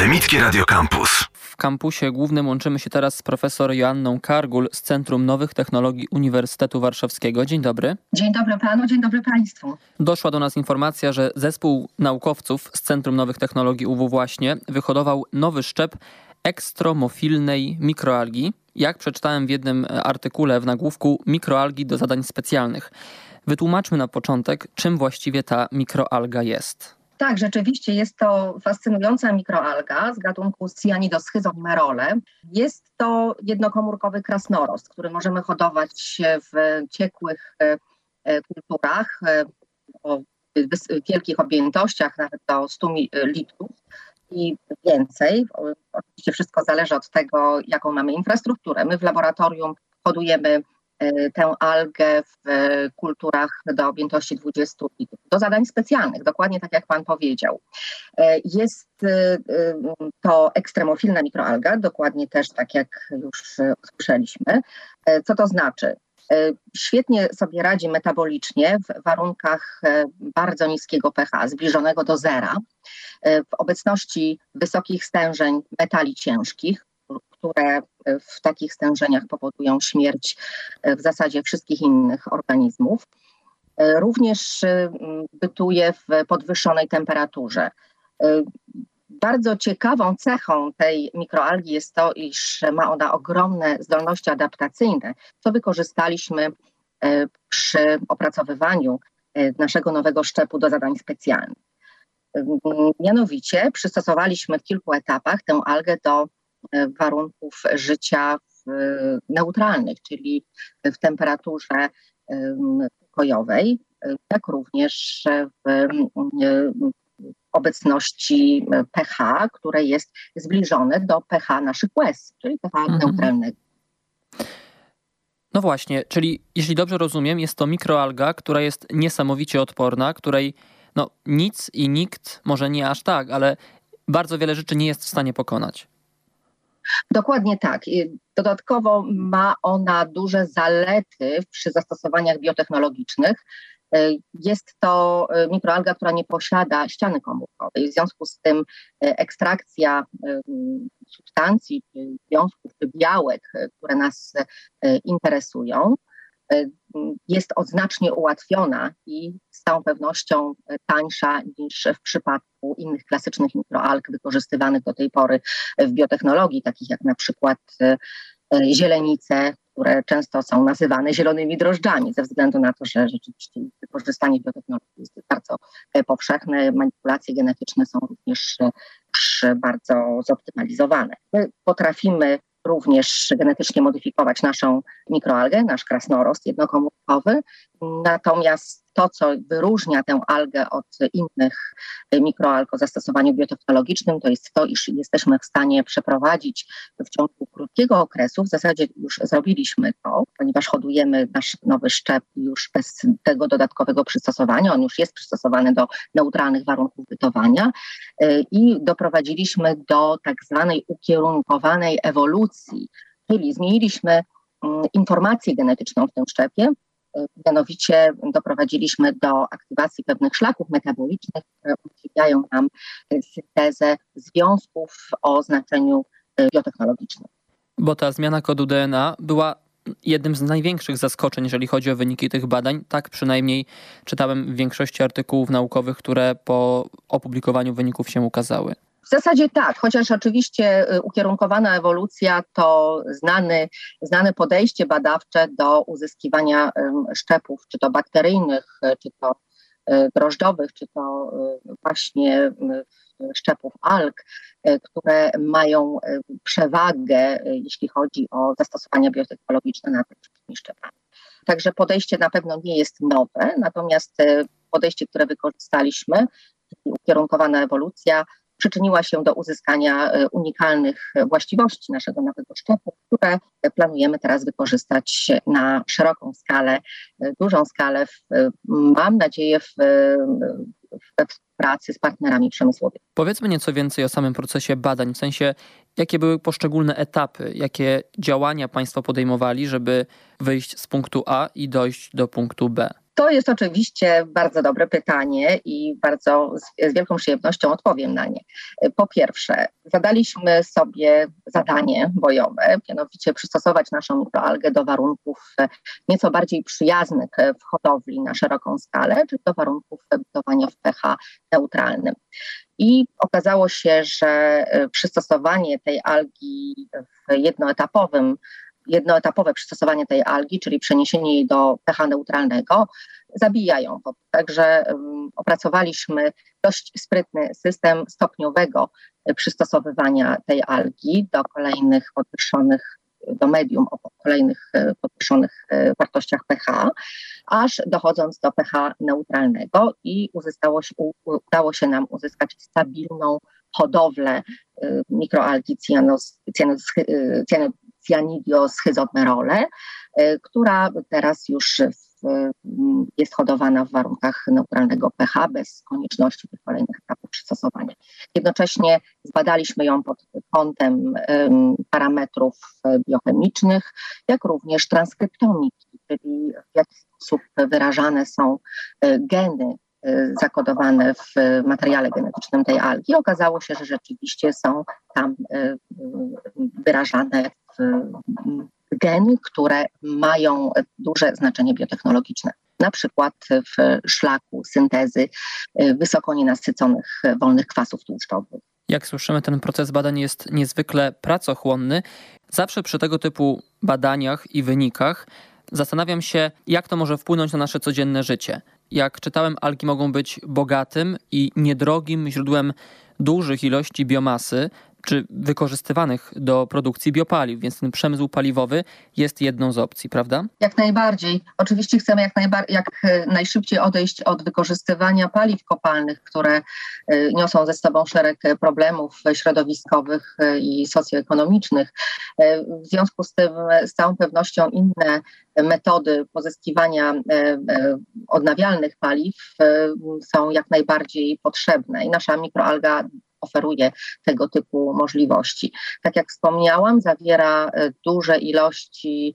Akademickie Radio Campus. W kampusie głównym łączymy się teraz z profesor Joanną Kargul z Centrum Nowych Technologii Uniwersytetu Warszawskiego. Dzień dobry. Dzień dobry panu, dzień dobry państwu. Doszła do nas informacja, że zespół naukowców z Centrum Nowych Technologii UW właśnie wyhodował nowy szczep ekstremofilnej mikroalgi. Jak przeczytałem w jednym artykule w nagłówku, mikroalgi do zadań specjalnych. Wytłumaczmy na początek, czym właściwie ta mikroalga jest. Tak, rzeczywiście jest to fascynująca mikroalga z gatunku Cyanidoschizomerole. Jest to jednokomórkowy krasnorost, który możemy hodować w ciekłych kulturach o wielkich objętościach, nawet do 100 litrów i więcej. Oczywiście wszystko zależy od tego, jaką mamy infrastrukturę. My w laboratorium hodujemy tę algę w kulturach do objętości 20 litrów, do zadań specjalnych, dokładnie tak jak pan powiedział. Jest to ekstremofilna mikroalga, dokładnie też tak jak już usłyszeliśmy. Co to znaczy? Świetnie sobie radzi metabolicznie w warunkach bardzo niskiego pH, zbliżonego do zera, w obecności wysokich stężeń metali ciężkich, które w takich stężeniach powodują śmierć w zasadzie wszystkich innych organizmów. Również bytuje w podwyższonej temperaturze. Bardzo ciekawą cechą tej mikroalgi jest to, iż ma ona ogromne zdolności adaptacyjne, co wykorzystaliśmy przy opracowywaniu naszego nowego szczepu do zadań specjalnych. Mianowicie przystosowaliśmy w kilku etapach tę algę do warunków życia neutralnych, czyli w temperaturze pokojowej, jak również w obecności pH, które jest zbliżone do pH naszych łez, czyli pH neutralnego. No właśnie, czyli jeśli dobrze rozumiem, jest to mikroalga, która jest niesamowicie odporna, której nic i nikt, może nie aż tak, ale bardzo wiele rzeczy nie jest w stanie pokonać. Dokładnie tak. Dodatkowo ma ona duże zalety przy zastosowaniach biotechnologicznych. Jest to mikroalga, która nie posiada ściany komórkowej. W związku z tym ekstrakcja substancji, czy związków, czy białek, które nas interesują, jest odznacznie ułatwiona i z całą pewnością tańsza niż w przypadku innych klasycznych mikroalg wykorzystywanych do tej pory w biotechnologii, takich jak na przykład zielenice, które często są nazywane zielonymi drożdżami, ze względu na to, że rzeczywiście wykorzystanie biotechnologii jest bardzo powszechne. Manipulacje genetyczne są również bardzo zoptymalizowane. My potrafimy również genetycznie modyfikować naszą mikroalgę, nasz krasnorost jednokomórkowy. Natomiast to, co wyróżnia tę algę od innych mikroalg o zastosowaniu biotechnologicznym, to jest to, iż jesteśmy w stanie przeprowadzić w ciągu krótkiego okresu, w zasadzie już zrobiliśmy to, ponieważ hodujemy nasz nowy szczep już bez tego dodatkowego przystosowania, on już jest przystosowany do neutralnych warunków bytowania i doprowadziliśmy do tak zwanej ukierunkowanej ewolucji, czyli zmieniliśmy informację genetyczną w tym szczepie. Mianowicie doprowadziliśmy do aktywacji pewnych szlaków metabolicznych, które umożliwiają nam syntezę związków o znaczeniu biotechnologicznym. Bo ta zmiana kodu DNA była jednym z największych zaskoczeń, jeżeli chodzi o wyniki tych badań. Tak przynajmniej czytałem w większości artykułów naukowych, które po opublikowaniu wyników się ukazały. W zasadzie tak, chociaż oczywiście ukierunkowana ewolucja to znane podejście badawcze do uzyskiwania szczepów, czy to bakteryjnych, czy to drożdżowych, czy to właśnie szczepów alg, które mają przewagę, jeśli chodzi o zastosowania biotechnologiczne nad tymi szczepami. Także podejście na pewno nie jest nowe, natomiast podejście, które wykorzystaliśmy, ukierunkowana ewolucja, przyczyniła się do uzyskania unikalnych właściwości naszego nowego szczepu, które planujemy teraz wykorzystać na szeroką skalę, dużą skalę, mam nadzieję, we współpracy z partnerami przemysłowymi. Powiedzmy nieco więcej o samym procesie badań, w sensie jakie były poszczególne etapy, jakie działania Państwo podejmowali, żeby wyjść z punktu A i dojść do punktu B. To jest oczywiście bardzo dobre pytanie i bardzo z wielką przyjemnością odpowiem na nie. Po pierwsze, zadaliśmy sobie zadanie bojowe, mianowicie przystosować naszą mikroalgę do warunków nieco bardziej przyjaznych w hodowli na szeroką skalę, czyli do warunków budowania w pH neutralnym. I okazało się, że przystosowanie tej algi w jednoetapowe przystosowanie tej algi, czyli przeniesienie jej do pH neutralnego, zabija ją. Także opracowaliśmy dość sprytny system stopniowego przystosowywania tej algi do kolejnych do medium o kolejnych podwyższonych wartościach pH, aż dochodząc do pH neutralnego i udało się nam uzyskać stabilną hodowlę mikroalgi Cyanidioschizotmerole, która teraz już jest hodowana w warunkach neutralnego pH bez konieczności tych kolejnych etapów przystosowania. Jednocześnie zbadaliśmy ją pod kątem parametrów biochemicznych, jak również transkryptomiki, czyli w jaki sposób wyrażane są geny zakodowane w materiale genetycznym tej algi. Okazało się, że rzeczywiście są tam wyrażane geny, które mają duże znaczenie biotechnologiczne. Na przykład w szlaku syntezy wysoko nienasyconych wolnych kwasów tłuszczowych. Jak słyszymy, ten proces badań jest niezwykle pracochłonny. Zawsze przy tego typu badaniach i wynikach zastanawiam się, jak to może wpłynąć na nasze codzienne życie. Jak czytałem, algi mogą być bogatym i niedrogim źródłem dużych ilości biomasy, czy wykorzystywanych do produkcji biopaliw, więc ten przemysł paliwowy jest jedną z opcji, prawda? Jak najbardziej. Oczywiście chcemy jak najszybciej odejść od wykorzystywania paliw kopalnych, które niosą ze sobą szereg problemów środowiskowych i socjoekonomicznych. W związku z tym z całą pewnością inne metody pozyskiwania odnawialnych paliw są jak najbardziej potrzebne i nasza mikroalga oferuje tego typu możliwości. Tak jak wspomniałam, zawiera duże ilości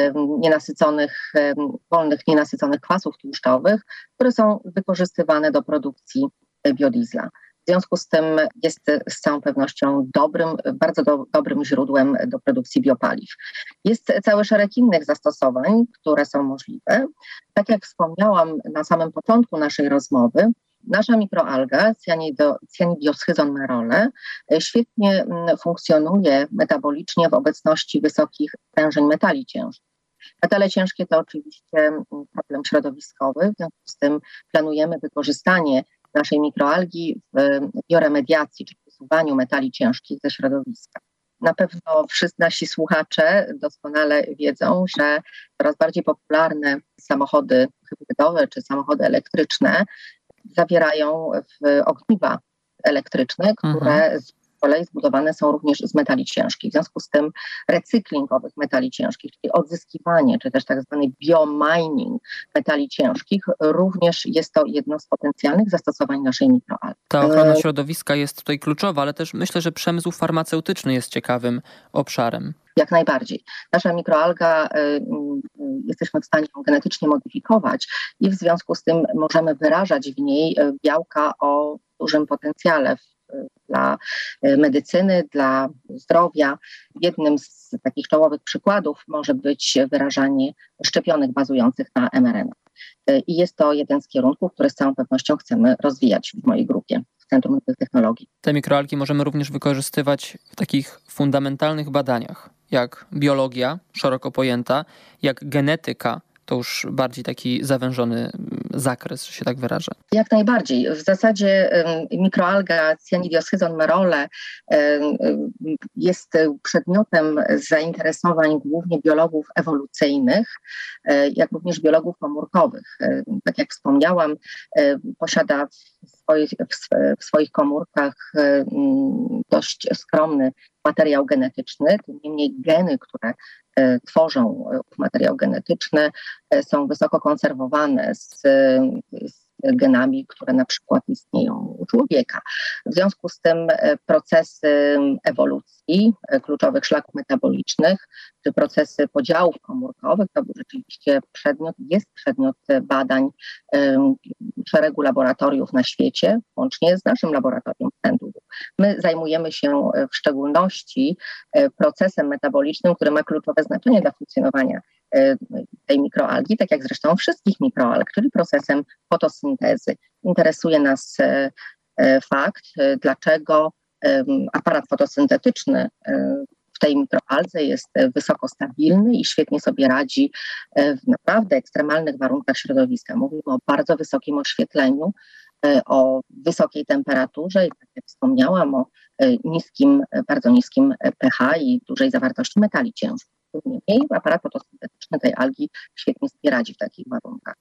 wolnych nienasyconych kwasów tłuszczowych, które są wykorzystywane do produkcji biodiesla. W związku z tym jest z całą pewnością bardzo dobrym źródłem do produkcji biopaliw. Jest cały szereg innych zastosowań, które są możliwe. Tak jak wspomniałam na samym początku naszej rozmowy, nasza mikroalga Cyanidioschizotmerole świetnie funkcjonuje metabolicznie w obecności wysokich stężeń metali ciężkich. Metale ciężkie to oczywiście problem środowiskowy, w związku z tym planujemy wykorzystanie naszej mikroalgi w bioremediacji, czyli usuwaniu metali ciężkich ze środowiska. Na pewno wszyscy nasi słuchacze doskonale wiedzą, że coraz bardziej popularne samochody hybrydowe czy samochody elektryczne zawierają ogniwa elektryczne, które z kolei zbudowane są również z metali ciężkich. W związku z tym recykling owych metali ciężkich, czyli odzyskiwanie, czy też tak zwany biomining metali ciężkich, również jest to jedno z potencjalnych zastosowań naszej mikroalgi. Ta ochrona środowiska jest tutaj kluczowa, ale też myślę, że przemysł farmaceutyczny jest ciekawym obszarem. Jak najbardziej. Nasza mikroalga jesteśmy w stanie ją genetycznie modyfikować i w związku z tym możemy wyrażać w niej białka o dużym potencjale dla medycyny, dla zdrowia. Jednym z takich czołowych przykładów może być wyrażanie szczepionek bazujących na mRNA. I jest to jeden z kierunków, który z całą pewnością chcemy rozwijać w mojej grupie, w Centrum Nowych Technologii. Te mikroalgi możemy również wykorzystywać w takich fundamentalnych badaniach, jak biologia, szeroko pojęta, jak genetyka, to już bardziej taki zawężony zakres, że się tak wyrażę. Jak najbardziej. W zasadzie mikroalga Cyanidioschizotmerole jest przedmiotem zainteresowań głównie biologów ewolucyjnych, jak również biologów komórkowych. Tak jak wspomniałam, posiada w swoich komórkach dość skromny materiał genetyczny, tym niemniej geny, które tworzą materiał genetyczny, są wysoko konserwowane z genami, które na przykład istnieją u człowieka. W związku z tym procesy ewolucji kluczowych szlaków metabolicznych czy procesy podziałów komórkowych to był rzeczywiście jest przedmiot badań szeregu laboratoriów na świecie, łącznie z naszym laboratorium w St. Louis. My zajmujemy się w szczególności procesem metabolicznym, który ma kluczowe znaczenie dla funkcjonowania tej mikroalgi, tak jak zresztą wszystkich mikroalg, czyli procesem fotosyntezy. Interesuje nas fakt, dlaczego aparat fotosyntetyczny w tej mikroaldze jest wysoko stabilny i świetnie sobie radzi w naprawdę ekstremalnych warunkach środowiska. Mówimy o bardzo wysokim oświetleniu, o wysokiej temperaturze i, tak jak wspomniałam, o bardzo niskim pH i dużej zawartości metali ciężkich. Niemniej aparat fotosyntetyczny tej algi świetnie sobie radzi w takich warunkach.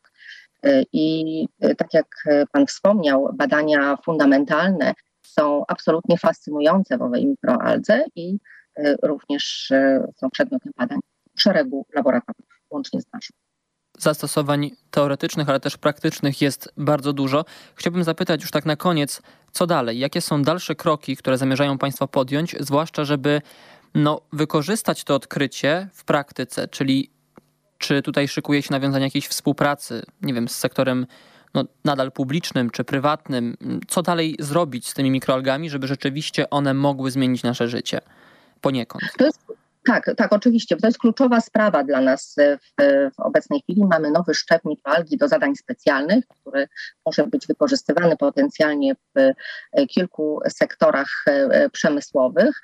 I tak jak Pan wspomniał, badania fundamentalne są absolutnie fascynujące w owej mikroaldze i również są przedmiotem badań szeregu laboratoriów, łącznie z naszym. Zastosowań teoretycznych, ale też praktycznych jest bardzo dużo. Chciałbym zapytać już tak na koniec, co dalej? Jakie są dalsze kroki, które zamierzają Państwo podjąć, zwłaszcza żeby wykorzystać to odkrycie w praktyce, czyli czy tutaj szykuje się nawiązanie jakiejś współpracy, nie wiem, z sektorem nadal publicznym czy prywatnym? Co dalej zrobić z tymi mikroalgami, żeby rzeczywiście one mogły zmienić nasze życie poniekąd? Tak, oczywiście. To jest kluczowa sprawa dla nas w obecnej chwili. Mamy nowy szczep mikroalgi do zadań specjalnych, który może być wykorzystywany potencjalnie w kilku sektorach przemysłowych.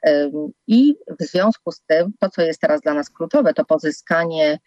I w związku z tym to, co jest teraz dla nas kluczowe, to pozyskanie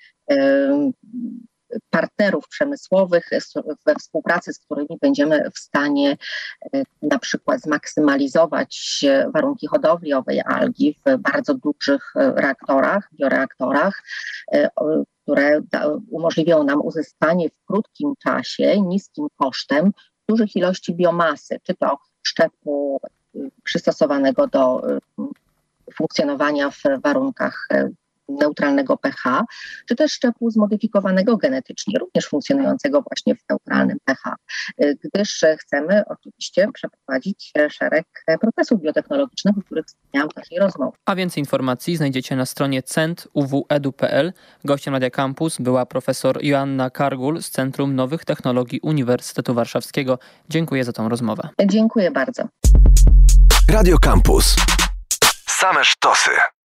partnerów przemysłowych, we współpracy z którymi będziemy w stanie na przykład zmaksymalizować warunki hodowli owej algi w bardzo dużych bioreaktorach, które umożliwią nam uzyskanie w krótkim czasie, niskim kosztem dużych ilości biomasy, czy to szczepu przystosowanego do funkcjonowania w warunkach neutralnego pH, czy też szczepu zmodyfikowanego genetycznie, również funkcjonującego właśnie w neutralnym pH, gdyż chcemy oczywiście przeprowadzić szereg procesów biotechnologicznych, o których wspomniałam w naszej rozmowie. A więcej informacji znajdziecie na stronie centuwedu.pl. Gościem Radia Campus była profesor Joanna Kargul z Centrum Nowych Technologii Uniwersytetu Warszawskiego. Dziękuję za tą rozmowę. Dziękuję bardzo. Radio Campus. Same sztosy.